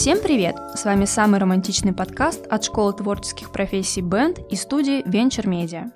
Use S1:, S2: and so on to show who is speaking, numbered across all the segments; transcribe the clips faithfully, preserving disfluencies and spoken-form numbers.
S1: Всем привет! С вами самый романтичный подкаст от школы творческих профессий Band и студии Venture Media.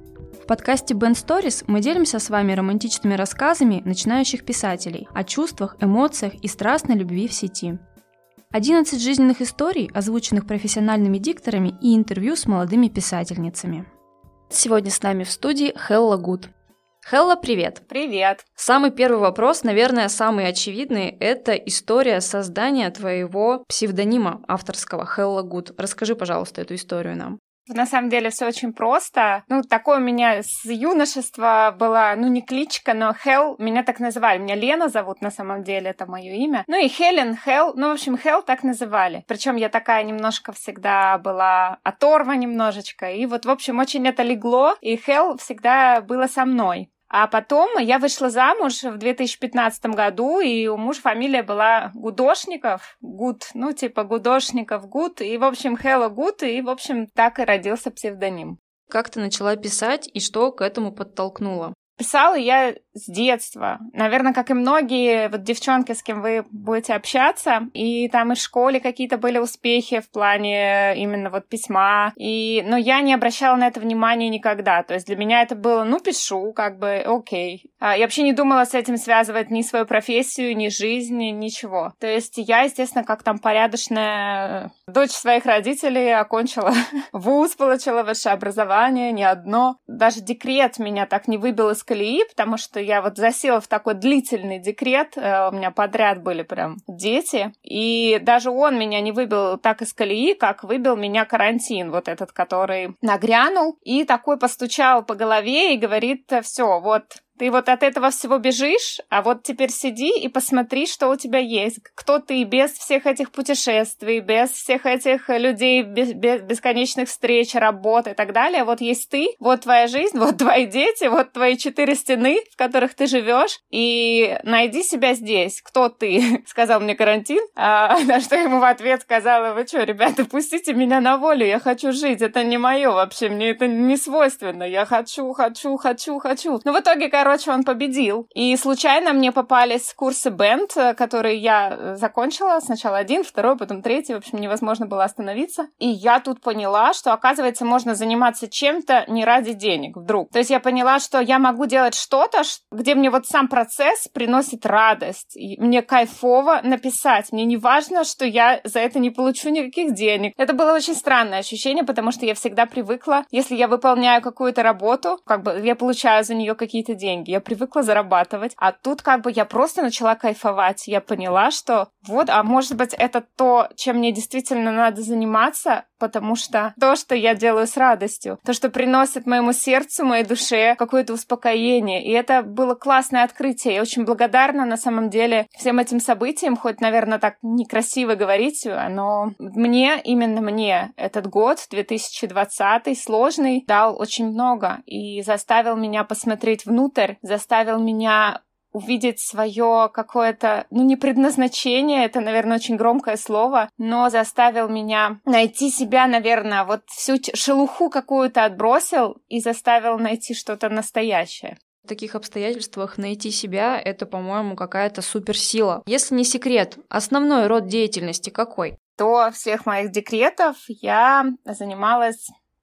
S1: В подкасте Band Stories мы делимся с вами романтичными рассказами начинающих писателей о чувствах, эмоциях и страстной любви в сети. одиннадцать жизненных историй, озвученных профессиональными дикторами, и интервью с молодыми писательницами. Сегодня с нами в студии Хелла Гуд. Хелла, привет!
S2: Привет!
S1: Самый первый вопрос, наверное, самый очевидный, это история создания твоего псевдонима авторского Хелла Гуд. Расскажи, пожалуйста, эту историю нам.
S2: На самом деле все очень просто. Ну, такое у меня с юношества была, ну, не кличка, но Хел, меня так называли. Меня Лена зовут на самом деле, это мое имя. Ну и Хелен, Хел, ну, в общем, Хел так называли. Причем я такая немножко всегда была оторва немножечко. И вот, в общем, очень это легло, и Хел всегда было со мной. А потом я вышла замуж в две тысячи пятнадцатом году, и у мужа фамилия была Гудошников, Гуд, ну, типа Гудошников, Гуд, и, в общем, Хелла Гуд, и, в общем, так и родился псевдоним.
S1: Как ты начала писать, и что к этому подтолкнуло?
S2: Писала я с детства. Наверное, как и многие вот девчонки, с кем вы будете общаться. И там и в школе какие-то были успехи в плане именно вот письма. И... Но я не обращала на это внимания никогда. То есть для меня это было, ну, пишу, как бы, окей. Я вообще не думала с этим связывать ни свою профессию, ни жизнь, ничего. То есть я, естественно, как там порядочная дочь своих родителей, окончила вуз, получила высшее образование, не одно. Даже декрет меня так не выбил из колеи, потому что я вот засела в такой длительный декрет, у меня подряд были прям дети, и даже он меня не выбил так из колеи, как выбил меня карантин, вот этот, который нагрянул, и такой постучал по голове и говорит: все, вот, ты вот от этого всего бежишь, а вот теперь сиди и посмотри, что у тебя есть. Кто ты без всех этих путешествий, без всех этих людей, без, без бесконечных встреч, работ и так далее. Вот есть ты, вот твоя жизнь, вот твои дети, вот твои четыре стены, в которых ты живешь, и найди себя здесь. Кто ты? Сказал мне карантин. А на что я ему в ответ сказала: вы что, ребята, пустите меня на волю, я хочу жить, это не мое вообще, мне это не свойственно, я хочу, хочу, хочу, хочу. Но в итоге, короче, Короче, он победил. И случайно мне попались курсы Band, которые я закончила. Сначала один, второй, потом третий. В общем, невозможно было остановиться. И я тут поняла, что, оказывается, можно заниматься чем-то не ради денег вдруг. То есть я поняла, что я могу делать что-то, где мне вот сам процесс приносит радость. И мне кайфово написать. Мне не важно, что я за это не получу никаких денег. Это было очень странное ощущение, потому что я всегда привыкла, если я выполняю какую-то работу, как бы я получаю за нее какие-то деньги. Я привыкла зарабатывать, а тут как бы я просто начала кайфовать. Я поняла, что вот, а может быть, это то, чем мне действительно надо заниматься, потому что то, что я делаю с радостью, то, что приносит моему сердцу, моей душе какое-то успокоение. И это было классное открытие. Я очень благодарна на самом деле всем этим событиям, хоть, наверное, так некрасиво говорить, но мне, именно мне, этот год, две тысячи двадцатый, сложный, дал очень много и заставил меня посмотреть внутрь, заставил меня увидеть свое какое-то, ну, не предназначение, это, наверное, очень громкое слово, но заставил меня найти себя, наверное, вот всю шелуху какую-то отбросил и заставил найти что-то настоящее.
S1: В таких обстоятельствах найти себя — это, по-моему, какая-то суперсила. Если не секрет, основной род деятельности какой?
S2: До всех моих декретов я занималась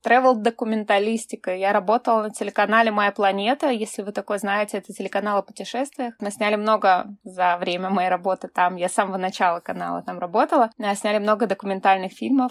S2: тревел-документалистикой. Я работала на телеканале «Моя планета». Если вы такой знаете, это телеканал о путешествиях. Мы сняли много за время моей работы там. Я с самого начала канала там работала. Мы сняли много документальных фильмов.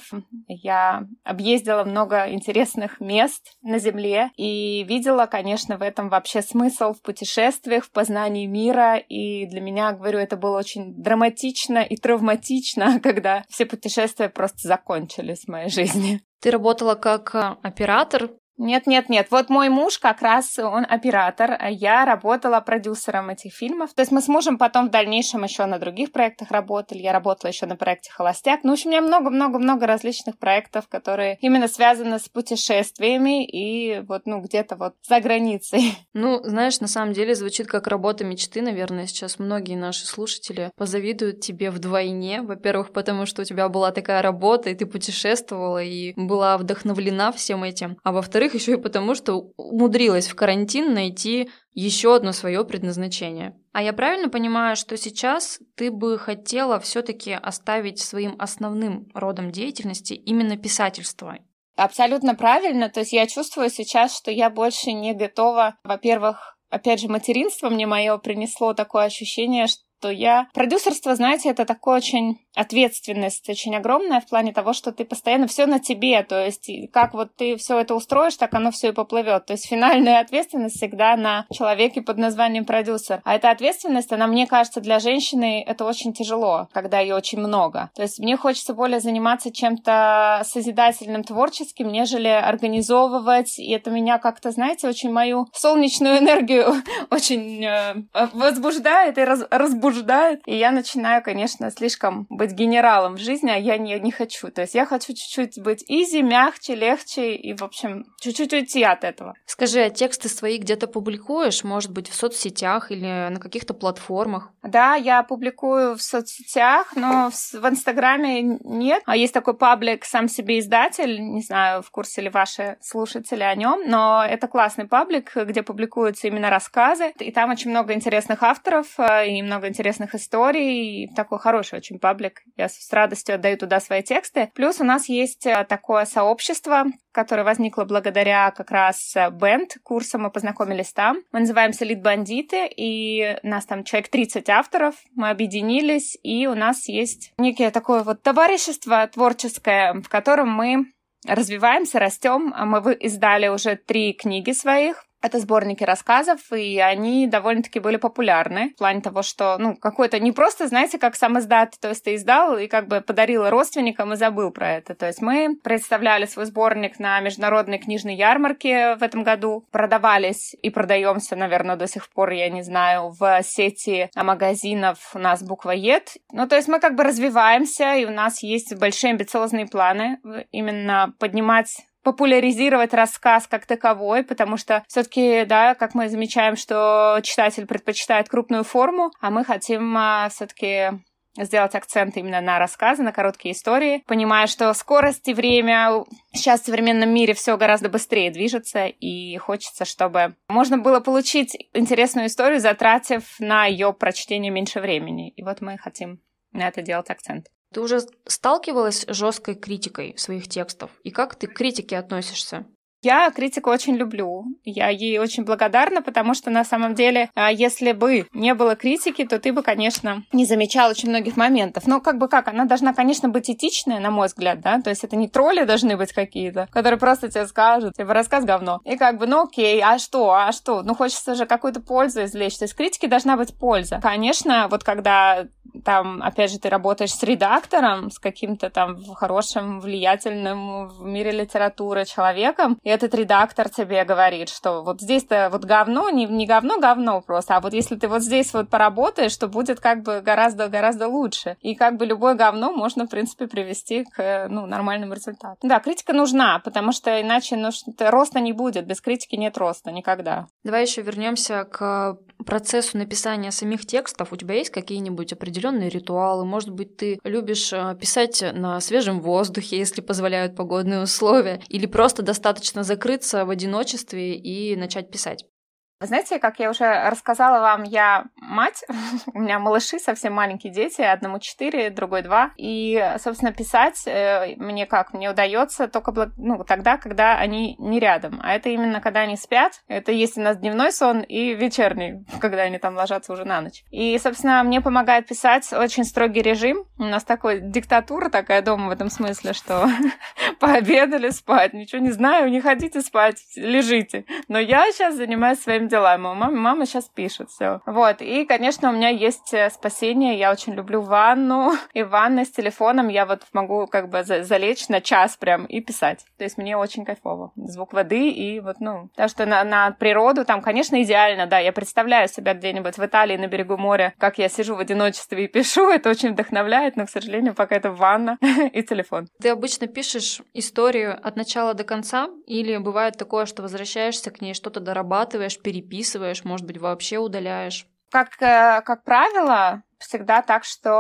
S2: Я объездила много интересных мест на Земле и видела, конечно, в этом вообще смысл в путешествиях, в познании мира. И для меня, говорю, это было очень драматично и травматично, когда все путешествия просто закончились в моей жизни.
S1: Ты работала как оператор?
S2: Нет-нет-нет, вот мой муж как раз, он оператор, а я работала продюсером этих фильмов. То есть мы с мужем потом в дальнейшем еще на других проектах работали. Я работала еще на проекте «Холостяк». Ну, в общем, у меня много-много-много различных проектов, которые именно связаны с путешествиями и вот, ну, где-то вот за границей.
S1: Ну, знаешь, на самом деле звучит как работа мечты, наверное. Сейчас многие наши слушатели позавидуют тебе вдвойне. Во-первых, потому что у тебя была такая работа, и ты путешествовала, и была вдохновлена всем этим. А во-вторых, еще и потому, что умудрилась в карантин найти еще одно свое предназначение. А я правильно понимаю, что сейчас ты бы хотела все-таки оставить своим основным родом деятельности именно писательство?
S2: Абсолютно правильно. То есть я чувствую сейчас, что я больше не готова. Во-первых, опять же, материнство мне мое принесло такое ощущение, что я... Продюсерство, знаете, это такое очень ответственность очень огромная в плане того, что ты постоянно все на тебе, то есть как вот ты все это устроишь, так оно все и поплывет. То есть финальная ответственность всегда на человеке под названием продюсер. А эта ответственность, она, мне кажется, для женщины это очень тяжело, когда ее очень много. То есть мне хочется более заниматься чем-то созидательным, творческим, нежели организовывать, и это меня как-то, знаете, очень мою солнечную энергию очень э, возбуждает и раз, разбуждает. И я начинаю, конечно, слишком быть генералом в жизни, а я не, не хочу. То есть я хочу чуть-чуть быть изи, мягче, легче и, в общем, чуть-чуть уйти от этого.
S1: Скажи, а тексты свои где-то публикуешь? Может быть, в соцсетях или на каких-то платформах?
S2: Да, я публикую в соцсетях, но в, в Инстаграме нет. А есть такой паблик «Сам себе издатель». Не знаю, в курсе ли ваши слушатели о нем, но это классный паблик, где публикуются именно рассказы. И там очень много интересных авторов и много интересных историй. И такой хороший очень паблик. Я с радостью отдаю туда свои тексты. Плюс у нас есть такое сообщество, которое возникло благодаря как раз Бенд курсу. Мы познакомились там. Мы называемся «Лид-бандиты», и у нас там человек тридцать авторов. Мы объединились, и у нас есть некое такое вот товарищество творческое, в котором мы развиваемся, растем. Мы издали уже три книги своих. Это сборники рассказов, и они довольно-таки были популярны в плане того, что, ну, какой-то не просто, знаете, как сам издат, то есть ты издал и как бы подарил родственникам и забыл про это. То есть мы представляли свой сборник на международной книжной ярмарке в этом году, продавались и продаемся, наверное, до сих пор, я не знаю, в сети магазинов у нас буквоед. Ну, то есть мы как бы развиваемся, и у нас есть большие амбициозные планы именно поднимать, популяризировать рассказ как таковой, потому что все-таки, да, как мы замечаем, что читатель предпочитает крупную форму, а мы хотим а, все-таки сделать акцент именно на рассказы, на короткие истории, понимая, что скорость и время сейчас в современном мире все гораздо быстрее движется, и хочется, чтобы можно было получить интересную историю, затратив на ее прочтение меньше времени. И вот мы хотим на это делать акцент.
S1: Ты уже сталкивалась с жесткой критикой своих текстов? И как ты к критике относишься?
S2: Я критику очень люблю. Я ей очень благодарна, потому что на самом деле, если бы не было критики, то ты бы, конечно, не замечал очень многих моментов. Но как бы как, она должна, конечно, быть этичная, на мой взгляд, да? То есть это не тролли должны быть какие-то, которые просто тебе скажут, типа, рассказ говно. И как бы, ну окей, а что, а что? Ну хочется же какую-то пользу извлечь. То есть критики должна быть польза. Конечно, вот когда там, опять же, ты работаешь с редактором, с каким-то там хорошим, влиятельным в мире литературы человеком, и этот редактор тебе говорит, что вот здесь-то вот говно, не, не говно, говно просто, а вот если ты вот здесь вот поработаешь, то будет как бы гораздо-гораздо лучше. И как бы любое говно можно, в принципе, привести к, ну, нормальному результату. Да, критика нужна, потому что иначе, ну, роста не будет, без критики нет роста никогда.
S1: Давай еще вернемся к процессу написания самих текстов. У тебя есть какие-нибудь определенные ритуалы? Может быть, ты любишь писать на свежем воздухе, если позволяют погодные условия, или просто достаточно закрыться в одиночестве и начать писать?
S2: Вы знаете, как я уже рассказала вам, я мать, у меня малыши, совсем маленькие дети, одному четыре, другой два, и, собственно, писать э, мне как, мне удается только благ... ну, тогда, когда они не рядом, а это именно когда они спят, это есть у нас дневной сон и вечерний, когда они там ложатся уже на ночь. И, собственно, мне помогает писать очень строгий режим, у нас такой диктатура такая дома в этом смысле, что пообедали, спать, ничего не знаю, не хотите спать, лежите, но я сейчас занимаюсь своим делами. Мама, мама сейчас пишет все. Вот. И, конечно, у меня есть спасение. Я очень люблю ванну. И в ванной с телефоном я вот могу как бы залечь на час прям и писать. То есть мне очень кайфово. Звук воды и вот, ну... Потому что на, на природу там, конечно, идеально, да. Я представляю себя где-нибудь в Италии на берегу моря, как я сижу в одиночестве и пишу. Это очень вдохновляет, но, к сожалению, пока это ванна и телефон.
S1: Ты обычно пишешь историю от начала до конца? Или бывает такое, что возвращаешься к ней, что-то дорабатываешь, переписываешь, может быть, вообще удаляешь?
S2: Как, как правило, всегда так, что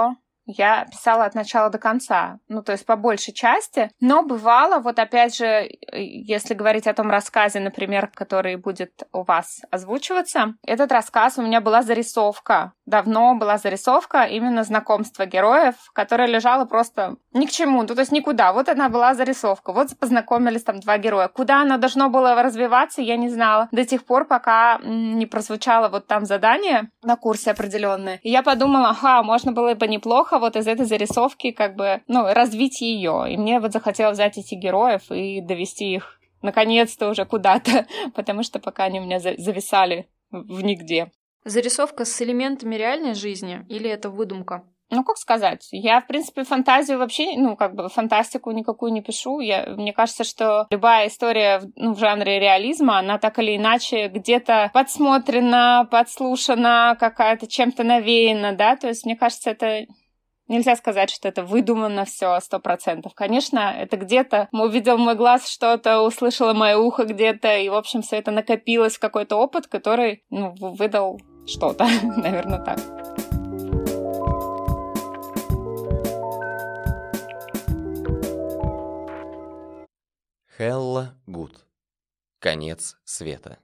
S2: я писала от начала до конца, ну, то есть по большей части. Но бывало, вот опять же, если говорить о том рассказе, например, который будет у вас озвучиваться, этот рассказ у меня была зарисовка. Давно была зарисовка именно знакомства героев, которая лежала просто ни к чему, ну, то есть никуда. Вот она была зарисовка, вот познакомились там два героя. Куда оно должно было развиваться, я не знала до тех пор, пока не прозвучало вот там задание на курсе определенное. И я подумала, ага, можно было бы неплохо вот из этой зарисовки как бы, ну, развить ее. И мне вот захотелось взять этих героев и довести их наконец-то уже куда-то, потому что пока они у меня зависали в нигде.
S1: Зарисовка с элементами реальной жизни или это выдумка?
S2: Ну, как сказать, я, в принципе, фантазию вообще, ну, как бы фантастику никакую не пишу. Я, мне кажется, что любая история ну, в жанре реализма, она так или иначе где-то подсмотрена, подслушана, какая-то чем-то навеяна, да, то есть, мне кажется, это... Нельзя сказать, что это выдумано все сто процентов. Конечно, это где-то увидел мой глаз что-то, услышало мое ухо где-то, и, в общем, все это накопилось в какой-то опыт, который ну, выдал что-то, наверное, так.
S3: Хелла Гуд. Конец света.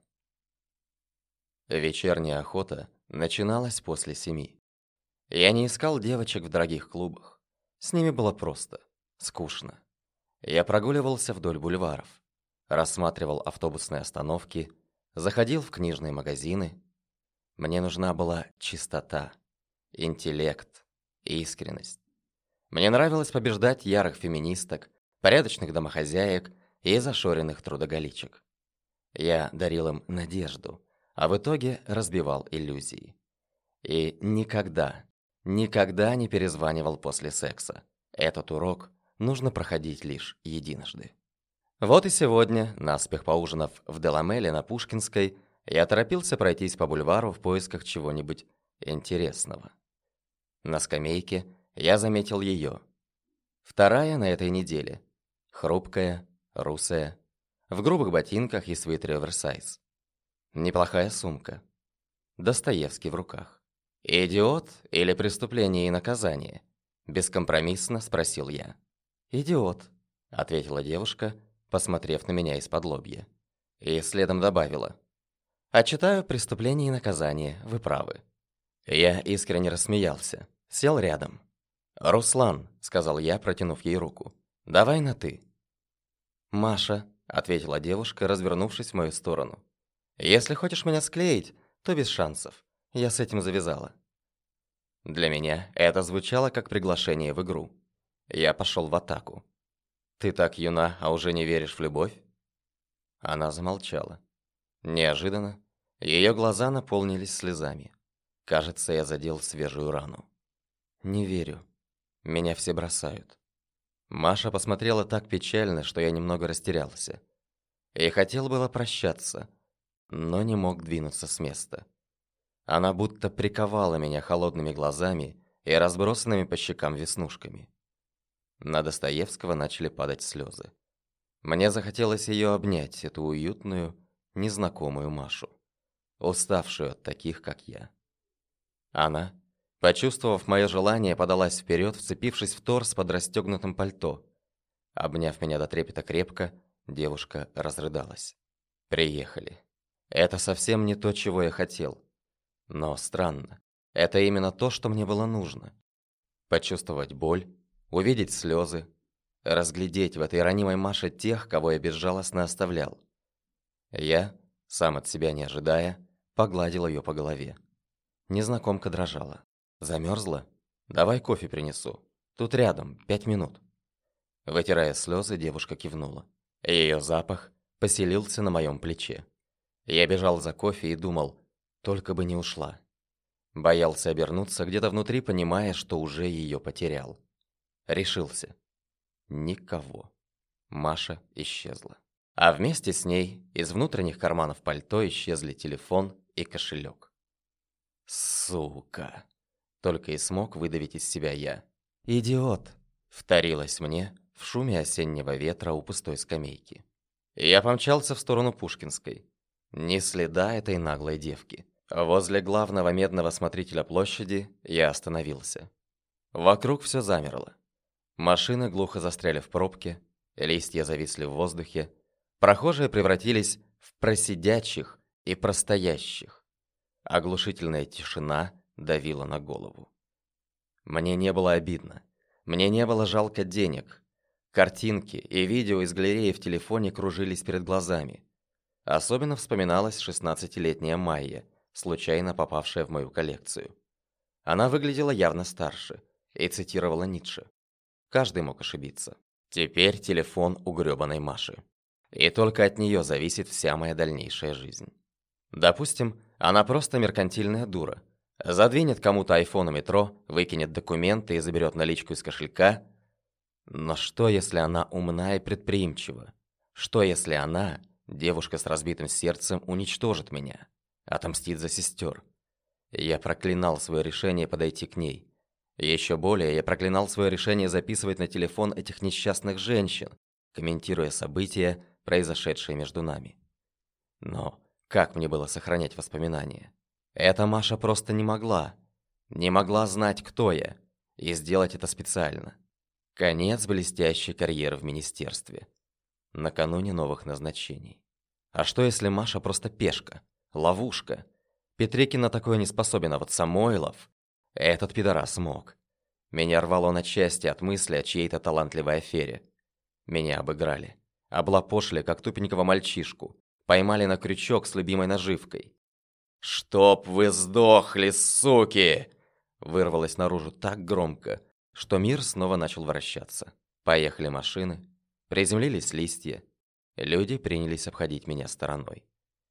S3: Вечерняя охота начиналась после семи. Я не искал девочек в дорогих клубах. С ними было просто, скучно. Я прогуливался вдоль бульваров, рассматривал автобусные остановки, заходил в книжные магазины. Мне нужна была чистота, интеллект, искренность. Мне нравилось побеждать ярых феминисток, порядочных домохозяек и зашоренных трудоголичек. Я дарил им надежду, а в итоге разбивал иллюзии. И никогда, никогда не перезванивал после секса. Этот урок нужно проходить лишь единожды. Вот и сегодня, наспех поужинав в Деламеле на Пушкинской, я торопился пройтись по бульвару в поисках чего-нибудь интересного. На скамейке я заметил ее. Вторая на этой неделе. Хрупкая, русая, в грубых ботинках и свитере оверсайз. Неплохая сумка. Достоевский в руках. «Идиот или преступление и наказание?» Бескомпромиссно спросил я. «Идиот», — ответила девушка, посмотрев на меня из-под лобья. И следом добавила. «А читаю «Преступление и наказание», вы правы». Я искренне рассмеялся, сел рядом. «Руслан», — сказал я, протянув ей руку, — «давай на «ты». «Маша», — ответила девушка, развернувшись в мою сторону. «Если хочешь меня склеить, то без шансов. Я с этим завязала». Для меня это звучало как приглашение в игру. Я пошел в атаку. «Ты так юна, а уже не веришь в любовь?» Она замолчала. Неожиданно ее глаза наполнились слезами. Кажется, я задел свежую рану. «Не верю. Меня все бросают». Маша посмотрела так печально, что я немного растерялся. И хотел было прощаться, но не мог двинуться с места. Она будто приковала меня холодными глазами и разбросанными по щекам веснушками. На Достоевского начали падать слезы. Мне захотелось ее обнять, эту уютную, незнакомую Машу, уставшую от таких, как я. Она, почувствовав мое желание, подалась вперед, вцепившись в торс под расстегнутым пальто. Обняв меня до трепета крепко, девушка разрыдалась. «Приехали. Это совсем не то, чего я хотел. Но странно, это именно то, что мне было нужно. Почувствовать боль, увидеть слезы, разглядеть в этой ранимой Маше тех, кого я безжалостно оставлял. Я, сам от себя не ожидая, погладил ее по голове. Незнакомка дрожала. «Замерзла? Давай кофе принесу. Тут рядом, пять минут». Вытирая слезы, девушка кивнула. Ее запах поселился на моем плече. Я бежал за кофе и думал, только бы не ушла. Боялся обернуться, где-то внутри понимая, что уже ее потерял. Решился. Никого. Маша исчезла. А вместе с ней из внутренних карманов пальто исчезли телефон и кошелек. «Сука!» — только и смог выдавить из себя я. «Идиот!» — вторилось мне в шуме осеннего ветра у пустой скамейки. Я помчался в сторону Пушкинской. Ни следа этой наглой девки. Возле главного медного смотрителя площади я остановился. Вокруг все замерло. Машины глухо застряли в пробке, листья зависли в воздухе, прохожие превратились в просидящих и простоящих. Оглушительная тишина давила на голову. Мне не было обидно, мне не было жалко денег. Картинки и видео из галереи в телефоне кружились перед глазами. Особенно вспоминалась шестнадцатилетняя Майя, случайно попавшая в мою коллекцию. Она выглядела явно старше и цитировала Ницше. Каждый мог ошибиться. Теперь телефон у грёбаной Маши. И только от нее зависит вся моя дальнейшая жизнь. Допустим, она просто меркантильная дура. Задвинет кому-то айфон у метро, выкинет документы и заберет наличку из кошелька. Но что, если она умна и предприимчива? Что, если она, девушка с разбитым сердцем, уничтожит меня, отомстит за сестер? Я проклинал свое решение подойти к ней. Еще более, я проклинал свое решение записывать на телефон этих несчастных женщин, комментируя события, произошедшие между нами. Но как мне было сохранять воспоминания? Эта Маша просто не могла. Не могла знать, кто я, и сделать это специально. Конец блестящей карьеры в министерстве. Накануне новых назначений. А что, если Маша просто пешка, ловушка? Петрикин на такое не способен, а вот Самойлов... Этот пидорас мог. Меня рвало на части от мысли о чьей-то талантливой афере. Меня обыграли. Облапошили, как тупенького мальчишку. Поймали на крючок с любимой наживкой. «Чтоб вы сдохли, суки!» Вырвалось наружу так громко, что мир снова начал вращаться. Поехали машины, приземлились листья. Люди принялись обходить меня стороной.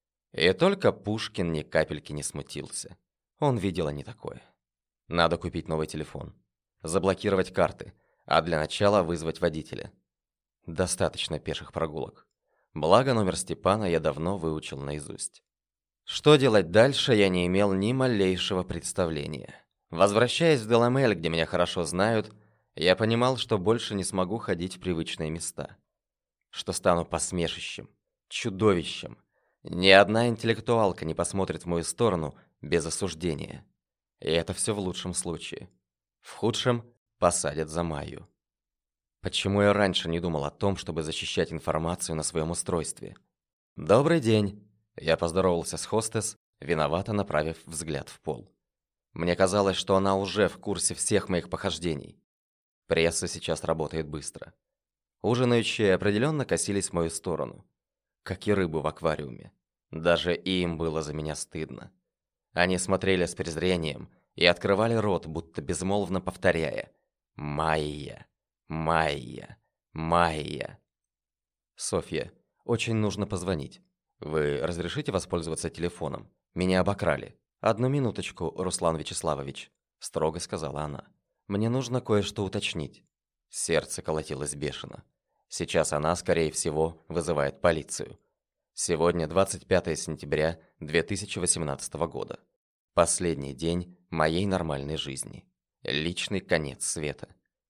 S3: И только Пушкин ни капельки не смутился. Он видел не такое. Надо купить новый телефон, заблокировать карты, а для начала вызвать водителя. Достаточно пеших прогулок. Благо номер Степана я давно выучил наизусть. Что делать дальше, я не имел ни малейшего представления. Возвращаясь в Деламель, где меня хорошо знают, я понимал, что больше не смогу ходить в привычные места. Что стану посмешищем, чудовищем. Ни одна интеллектуалка не посмотрит в мою сторону без осуждения. И это все в лучшем случае. В худшем посадят за Майю. Почему я раньше не думал о том, чтобы защищать информацию на своем устройстве? «Добрый день!» Я поздоровался с хостес, виновато направив взгляд в пол. Мне казалось, что она уже в курсе всех моих похождений. Пресса сейчас работает быстро. Ужинающие определенно косились в мою сторону, как и рыбы в аквариуме. Даже им было за меня стыдно. Они смотрели с презрением и открывали рот, будто безмолвно повторяя: «Майя, Майя, Майя». «Софья, очень нужно позвонить. Вы разрешите воспользоваться телефоном? Меня обокрали». «Одну минуточку, Руслан Вячеславович», — строго сказала она. «Мне нужно кое-что уточнить». Сердце колотилось бешено. Сейчас она, скорее всего, вызывает полицию. Сегодня двадцать пятое сентября две тысячи восемнадцатого года. Последний день моей нормальной жизни. Личный конец света.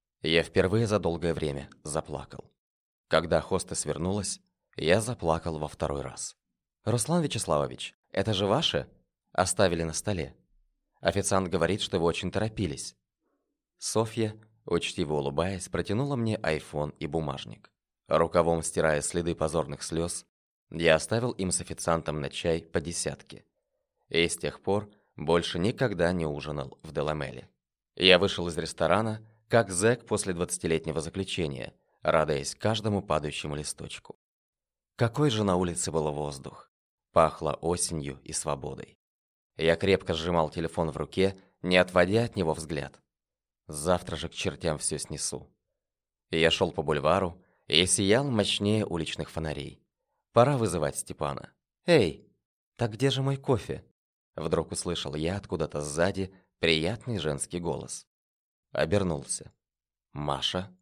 S3: Я впервые за долгое время заплакал. Когда хостес вернулась, я заплакал во второй раз. «Руслан Вячеславович, это же ваше?» Оставили на столе. Официант говорит, что вы очень торопились. Софья, учтиво улыбаясь, протянула мне айфон и бумажник. Рукавом стирая следы позорных слез, я оставил им с официантом на чай по десятке. И с тех пор больше никогда не ужинал в Деламеле. Я вышел из ресторана, как зэк после двадцатилетнего заключения, радуясь каждому падающему листочку. Какой же на улице был воздух! Пахло осенью и свободой. Я крепко сжимал телефон в руке, не отводя от него взгляд. Завтра же к чертям все снесу. Я шел по бульвару и сиял мощнее уличных фонарей. Пора вызывать Степана. «Эй, так где же мой кофе?» Вдруг услышал я откуда-то сзади приятный женский голос. Обернулся. «Маша?»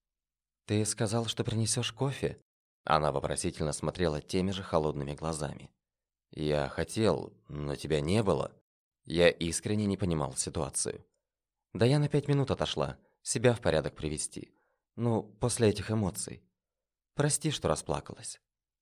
S3: «Ты сказал, что принесешь кофе?» Она вопросительно смотрела теми же холодными глазами. «Я хотел, но тебя не было». Я искренне не понимал ситуацию. «Да я на пять минут отошла, себя в порядок привести. Ну, после этих эмоций. Прости, что расплакалась».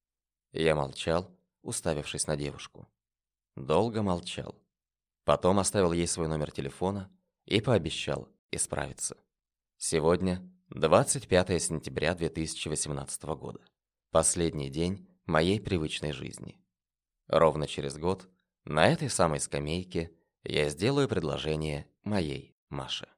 S3: Я молчал, уставившись на девушку. Долго молчал. Потом оставил ей свой номер телефона и пообещал, исправиться. Сегодня двадцать пятое сентября две тысячи восемнадцатого года. Последний день моей привычной жизни. Ровно через год на этой самой скамейке я сделаю предложение моей Маше.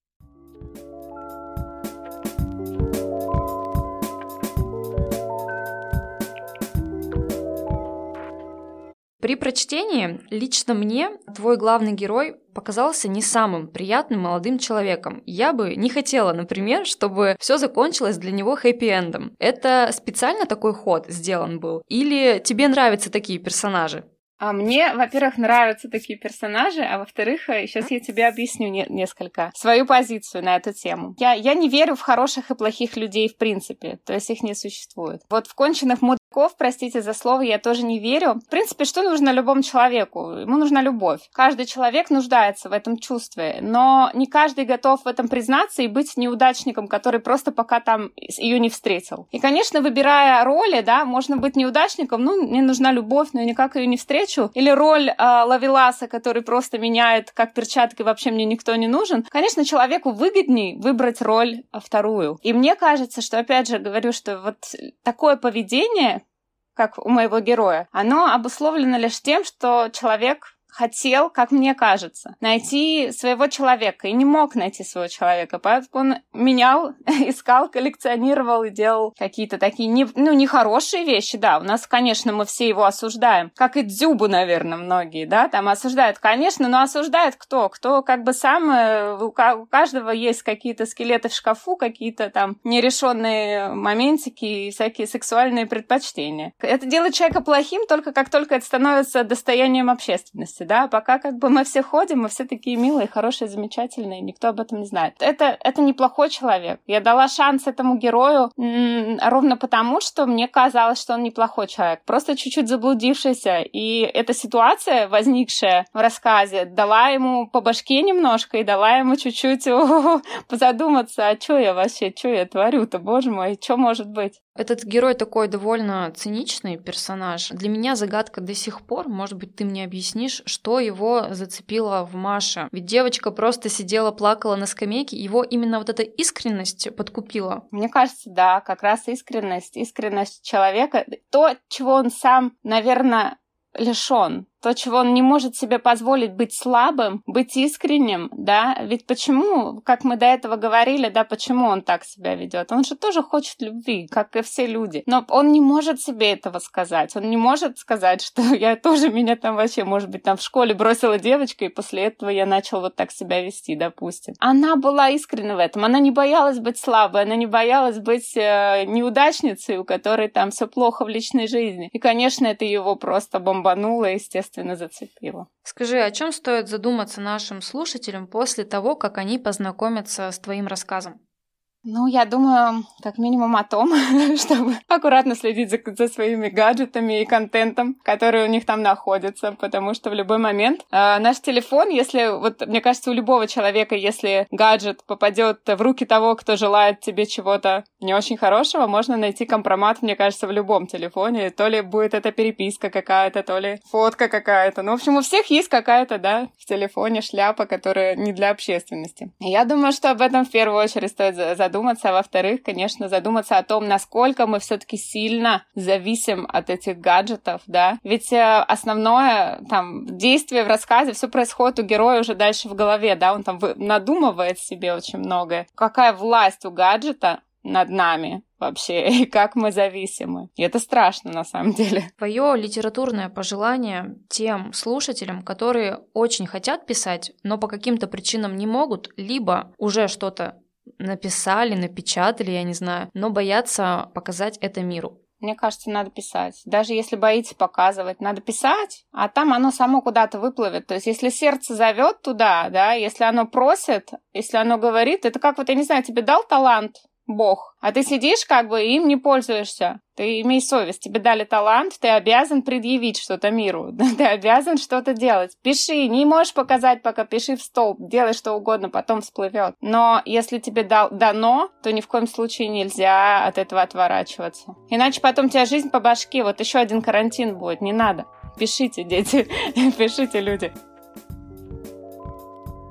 S1: При прочтении лично мне твой главный герой показался не самым приятным молодым человеком. Я бы не хотела, например, чтобы все закончилось для него хэппи-эндом. Это специально такой ход сделан был? Или тебе нравятся такие персонажи?
S2: А мне, во-первых, нравятся такие персонажи, а во-вторых, сейчас я тебе объясню не- несколько свою позицию на эту тему. Я, я не верю в хороших и плохих людей в принципе, то есть их не существует. Вот в конченых мудаков, простите за слово, я тоже не верю. В принципе, что нужно любому человеку? Ему нужна любовь. Каждый человек нуждается в этом чувстве, но не каждый готов в этом признаться и быть неудачником, который просто пока там ее не встретил. И, конечно, выбирая роли, да, можно быть неудачником, ну, мне нужна любовь, но я никак ее не встречу. Или роль э, Ловеласа, который просто меняет как перчатки, вообще мне никто не нужен. Конечно, человеку выгоднее выбрать роль э, вторую. И мне кажется, что, опять же, говорю, что вот такое поведение, как у моего героя, оно обусловлено лишь тем, что человек хотел, как мне кажется, найти своего человека и не мог найти своего человека, поэтому он менял, искал, коллекционировал и делал какие-то такие, не, ну, нехорошие вещи, да, у нас, конечно, мы все его осуждаем, как и Дзюбу, наверное, многие, да, там осуждают, конечно, но осуждает кто? Кто как бы сам, у каждого есть какие-то скелеты в шкафу, какие-то там нерешенные моментики и всякие сексуальные предпочтения. Это делает человека плохим только как только это становится достоянием общественности. Да, пока как бы мы все ходим, мы все такие милые, хорошие, замечательные, никто об этом не знает. Это, это неплохой человек. Я дала шанс этому герою м- ровно потому, что мне казалось, что он неплохой человек, просто чуть-чуть заблудившийся. И эта ситуация, возникшая в рассказе, дала ему по башке немножко и дала ему чуть-чуть позадуматься, а что я вообще, что я творю-то, боже мой, что может быть?
S1: Этот герой такой довольно циничный персонаж. Для меня загадка до сих пор, может быть, ты мне объяснишь, что его зацепило в Маше. Ведь девочка просто сидела, плакала на скамейке, его именно вот эта искренность подкупила.
S2: Мне кажется, да, как раз искренность, искренность человека, то, чего он сам, наверное, лишён. То, чего он не может себе позволить быть слабым, быть искренним, да, ведь почему, как мы до этого говорили, да, почему он так себя ведет? Он же тоже хочет любви, как и все люди, но он не может себе этого сказать, он не может сказать, что я тоже, меня там вообще, может быть, там в школе бросила девочка, и после этого я начал вот так себя вести, допустим. Она была искренна в этом, она не боялась быть слабой, она не боялась быть э, неудачницей, у которой там все плохо в личной жизни, и, конечно, это его просто бомбануло, естественно, зацепило.
S1: Скажи, о чем стоит задуматься нашим слушателям после того, как они познакомятся с твоим рассказом?
S2: Ну, я думаю, как минимум о том, чтобы аккуратно следить за, за своими гаджетами и контентом, который у них там находится, потому что в любой момент э, наш телефон, если, вот мне кажется, у любого человека, если гаджет попадет в руки того, кто желает тебе чего-то не очень хорошего, можно найти компромат, мне кажется, в любом телефоне, то ли будет это переписка какая-то, то ли фотка какая-то, ну, в общем, у всех есть какая-то, да, в телефоне шляпа, которая не для общественности. И я думаю, что об этом в первую очередь стоит задуматься, а во-вторых, конечно, задуматься о том, насколько мы все-таки сильно зависим от этих гаджетов, да, ведь э, основное там действие в рассказе, все происходит у героя уже дальше в голове, да, он там надумывает себе очень многое. Какая власть у гаджета над нами вообще, и как мы зависимы. И это страшно, на самом деле.
S1: Твое литературное пожелание тем слушателям, которые очень хотят писать, но по каким-то причинам не могут, либо уже что-то написали, напечатали, я не знаю, но боятся показать это миру.
S2: Мне кажется, надо писать. Даже если боитесь показывать, надо писать, а там оно само куда-то выплывет. То есть, если сердце зовет туда, да, если оно просит, если оно говорит, это как вот, я не знаю, тебе дал талант Бог, а ты сидишь как бы и им не пользуешься. Ты имей совесть, тебе дали талант, ты обязан предъявить что-то миру, ты обязан что-то делать. Пиши, не можешь показать, пока пиши в столб, делай что угодно, потом всплывет. Но если тебе дал, дано, то ни в коем случае нельзя от этого отворачиваться. Иначе потом у тебя жизнь по башке, вот еще один карантин будет, не надо. Пишите, дети, пишите, люди.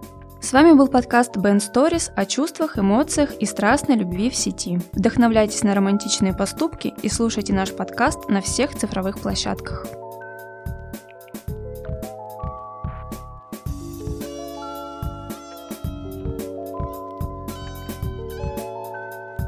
S1: С вами был подкаст Band Stories о чувствах, эмоциях и страстной любви в сети. Вдохновляйтесь на романтичные поступки и слушайте наш подкаст на всех цифровых площадках.